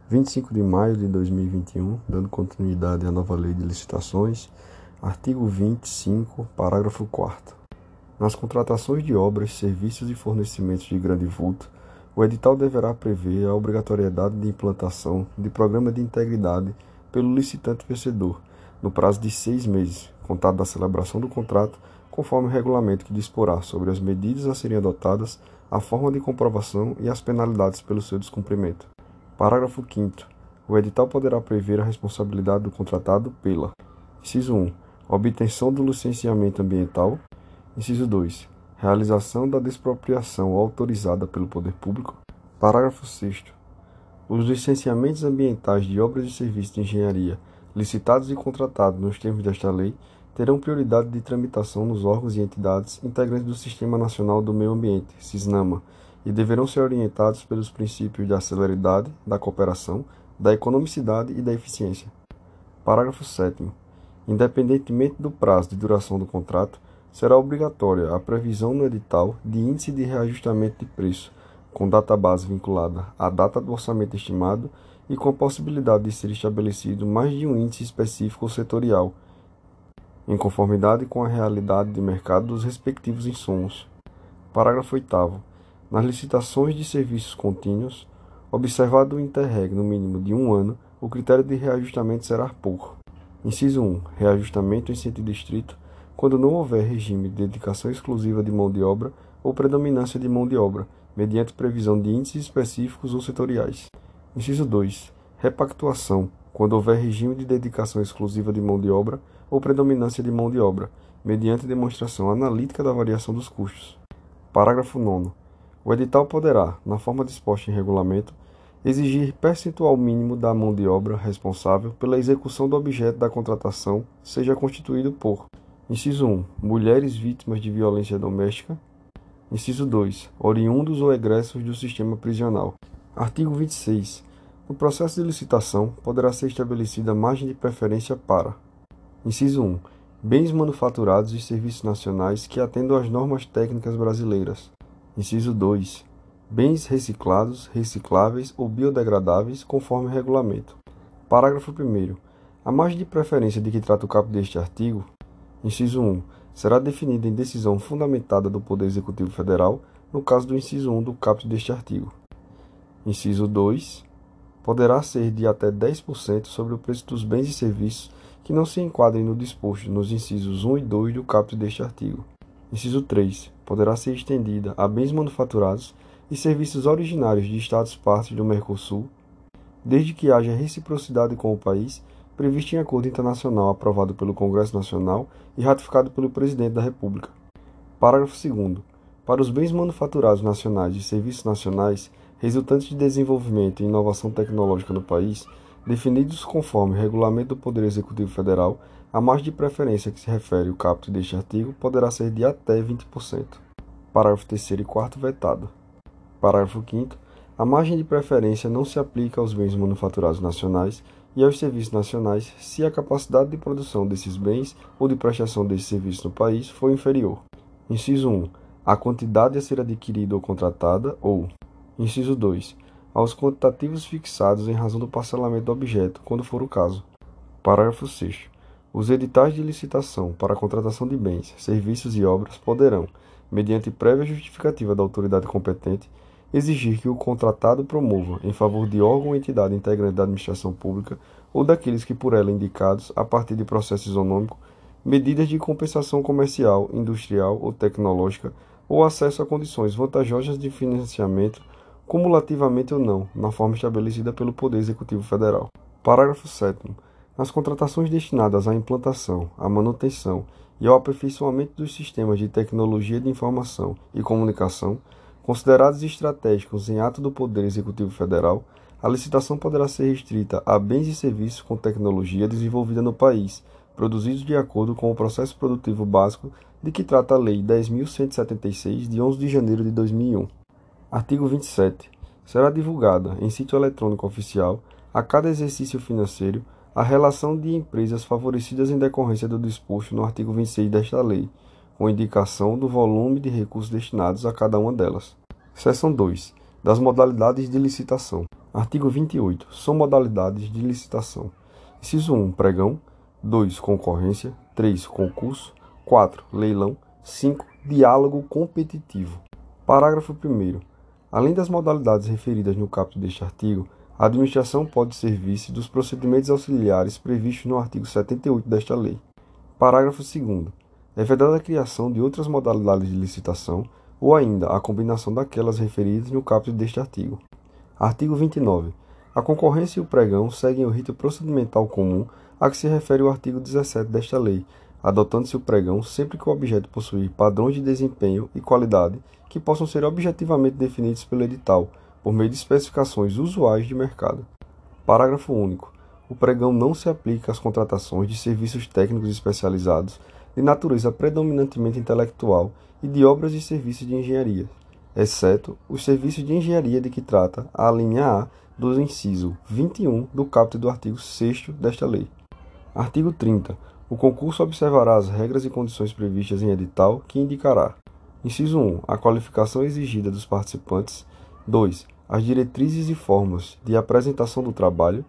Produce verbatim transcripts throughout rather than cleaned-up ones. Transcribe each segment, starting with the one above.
vinte e cinco de maio de dois mil e vinte e um, dando continuidade à nova lei de licitações, artigo vinte e cinco, parágrafo quarto. Nas contratações de obras, serviços e fornecimentos de grande vulto, o edital deverá prever a obrigatoriedade de implantação de programa de integridade pelo licitante vencedor, no prazo de seis meses, contado da celebração do contrato, conforme o regulamento que disporá sobre as medidas a serem adotadas, a forma de comprovação e as penalidades pelo seu descumprimento. Parágrafo quinto. O edital poderá prever a responsabilidade do contratado pela: inciso um. Obtenção do licenciamento ambiental. Inciso dois. Realização da despropriação autorizada pelo poder público. Parágrafo sexto. Os licenciamentos ambientais de obras e serviços de engenharia licitados e contratados nos termos desta lei terão prioridade de tramitação nos órgãos e entidades integrantes do Sistema Nacional do Meio Ambiente, SISNAMA, e deverão ser orientados pelos princípios da celeridade, da cooperação, da economicidade e da eficiência. Parágrafo sétimo. Independentemente do prazo de duração do contrato, será obrigatória a previsão no edital de índice de reajustamento de preço, com data-base vinculada à data do orçamento estimado e com a possibilidade de ser estabelecido mais de um índice específico ou setorial, em conformidade com a realidade de mercado dos respectivos insumos. Parágrafo oitavo. Nas licitações de serviços contínuos, observado o interregno no mínimo de um ano, o critério de reajustamento será por: inciso um. Reajustamento em sentido estrito, quando não houver regime de dedicação exclusiva de mão de obra ou predominância de mão de obra, mediante previsão de índices específicos ou setoriais. Inciso dois. Repactuação, quando houver regime de dedicação exclusiva de mão de obra ou predominância de mão de obra, mediante demonstração analítica da variação dos custos. Parágrafo nono. O edital poderá, na forma disposta em regulamento, exigir percentual mínimo da mão de obra responsável pela execução do objeto da contratação seja constituído por: inciso um. Mulheres vítimas de violência doméstica. Inciso dois. Oriundos ou egressos do sistema prisional. Artigo vinte e seis. No processo de licitação, poderá ser estabelecida margem de preferência para: inciso um. Bens manufaturados e serviços nacionais que atendam às normas técnicas brasileiras. Inciso dois. Bens reciclados, recicláveis ou biodegradáveis, conforme o regulamento. Parágrafo primeiro. A margem de preferência de que trata o caput deste artigo, inciso um, será definida em decisão fundamentada do Poder Executivo Federal, no caso do inciso um do caput deste artigo. Inciso dois. Poderá ser de até dez por cento sobre o preço dos bens e serviços que não se enquadrem no disposto nos incisos um e dois do caput deste artigo. Inciso três. Poderá ser estendida a bens manufaturados e serviços originários de Estados-partes do Mercosul, desde que haja reciprocidade com o país, previsto em acordo internacional aprovado pelo Congresso Nacional e ratificado pelo Presidente da República. Parágrafo segundo. Para os bens manufaturados nacionais e serviços nacionais resultantes de desenvolvimento e inovação tecnológica no país, definidos conforme o Regulamento do Poder Executivo Federal, a margem de preferência que se refere o caput deste artigo poderá ser de até vinte por cento. Parágrafo terceiro e quarto vetado. Parágrafo quinto. A margem de preferência não se aplica aos bens manufaturados nacionais e aos serviços nacionais se a capacidade de produção desses bens ou de prestação desses serviços no país for inferior. Inciso um. A quantidade a ser adquirida ou contratada ou, inciso dois. Aos quantitativos fixados em razão do parcelamento do objeto, quando for o caso. Parágrafo sexto. Os editais de licitação para a contratação de bens, serviços e obras poderão, mediante prévia justificativa da autoridade competente, exigir que o contratado promova, em favor de órgão ou entidade integrante da administração pública ou daqueles que por ela indicados, a partir de processo isonômico, medidas de compensação comercial, industrial ou tecnológica ou acesso a condições vantajosas de financiamento, cumulativamente ou não, na forma estabelecida pelo Poder Executivo Federal. Parágrafo sétimo. Nas contratações destinadas à implantação, à manutenção e ao aperfeiçoamento dos sistemas de tecnologia de informação e comunicação, considerados estratégicos em ato do Poder Executivo Federal, a licitação poderá ser restrita a bens e serviços com tecnologia desenvolvida no país, produzidos de acordo com o processo produtivo básico de que trata a Lei dez mil cento e setenta e seis, de onze de janeiro de dois mil e um. Artigo vinte e sete. Será divulgada, em sítio eletrônico oficial, a cada exercício financeiro, a relação de empresas favorecidas em decorrência do disposto no artigo vinte e seis desta lei, com indicação do volume de recursos destinados a cada uma delas. Seção dois. Das modalidades de licitação. Artigo vinte e oito. São modalidades de licitação. Inciso um, pregão. dois, concorrência. três, concurso. quatro, leilão. cinco, diálogo competitivo. Parágrafo primeiro. Além das modalidades referidas no caput deste artigo, a administração pode servir-se dos procedimentos auxiliares previstos no artigo setenta e oito desta lei. Parágrafo segundo. É vedada a criação de outras modalidades de licitação ou ainda a combinação daquelas referidas no caput deste artigo. Artigo vinte e nove. A concorrência e o pregão seguem o rito procedimental comum a que se refere o artigo dezessete desta lei, adotando-se o pregão sempre que o objeto possuir padrões de desempenho e qualidade que possam ser objetivamente definidos pelo edital, por meio de especificações usuais de mercado. Parágrafo único. O pregão não se aplica às contratações de serviços técnicos especializados de natureza predominantemente intelectual e de obras e serviços de engenharia, exceto os serviços de engenharia de que trata a linha A do inciso vinte e um do caput do artigo sexto desta lei. Artigo trinta. O concurso observará as regras e condições previstas em edital que indicará: inciso um. A qualificação exigida dos participantes. dois. As diretrizes e formas de apresentação do trabalho.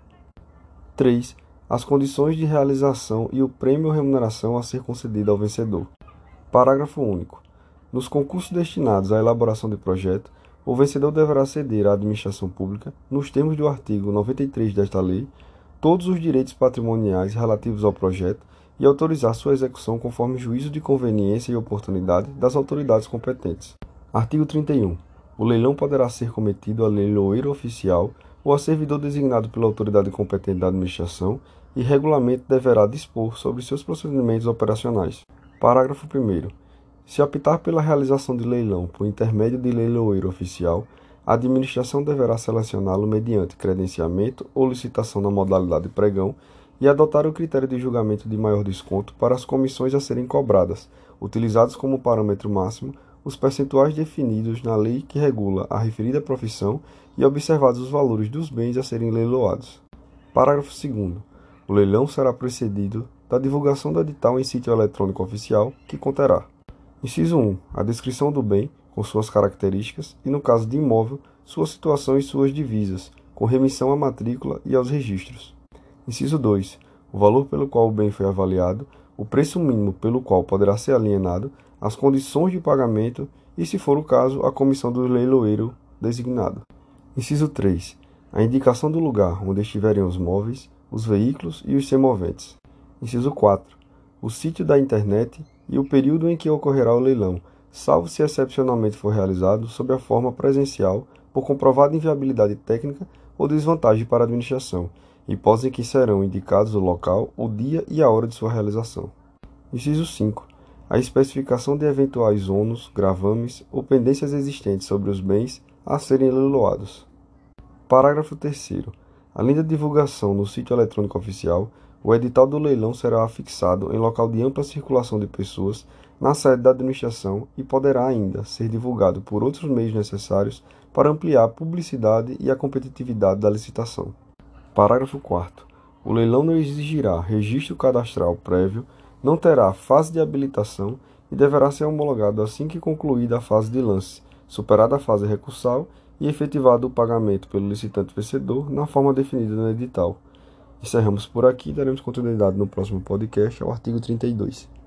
três. As condições de realização e o prêmio ou remuneração a ser concedido ao vencedor. Parágrafo único. Nos concursos destinados à elaboração de projeto, o vencedor deverá ceder à administração pública, nos termos do artigo noventa e três desta lei, todos os direitos patrimoniais relativos ao projeto e autorizar sua execução conforme juízo de conveniência e oportunidade das autoridades competentes. Artigo trinta e um. O leilão poderá ser cometido a leiloeiro oficial ou a servidor designado pela autoridade competente da administração e regulamento deverá dispor sobre seus procedimentos operacionais. Parágrafo primeiro. Se optar pela realização de leilão por intermédio de leiloeiro oficial, a administração deverá selecioná-lo mediante credenciamento ou licitação na modalidade pregão e adotar o critério de julgamento de maior desconto para as comissões a serem cobradas, utilizados como parâmetro máximo os percentuais definidos na lei que regula a referida profissão e observados os valores dos bens a serem leiloados. Parágrafo segundo. O leilão será precedido da divulgação do edital em sítio eletrônico oficial, que conterá: inciso um. A descrição do bem, com suas características, e, no caso de imóvel, sua situação e suas divisas, com remissão à matrícula e aos registros. Inciso dois. O valor pelo qual o bem foi avaliado, o preço mínimo pelo qual poderá ser alienado, as condições de pagamento e, se for o caso, a comissão do leiloeiro designado. Inciso três. A indicação do lugar onde estiverem os móveis, os veículos e os semoventes. Inciso quatro. O sítio da internet e o período em que ocorrerá o leilão, salvo se excepcionalmente for realizado sob a forma presencial por comprovada inviabilidade técnica ou desvantagem para a administração, hipótese em que serão indicados o local, o dia e a hora de sua realização. Inciso cinco. A especificação de eventuais ônus, gravames ou pendências existentes sobre os bens a serem leiloados. Parágrafo terceiro. Além da divulgação no sítio eletrônico oficial, o edital do leilão será afixado em local de ampla circulação de pessoas na sede da administração e poderá ainda ser divulgado por outros meios necessários para ampliar a publicidade e a competitividade da licitação. Parágrafo quarto. O leilão não exigirá registro cadastral prévio, não terá fase de habilitação e deverá ser homologado assim que concluída a fase de lance, superada a fase recursal e efetivado o pagamento pelo licitante vencedor na forma definida no edital. Encerramos por aqui e daremos continuidade no próximo podcast ao artigo trinta e dois.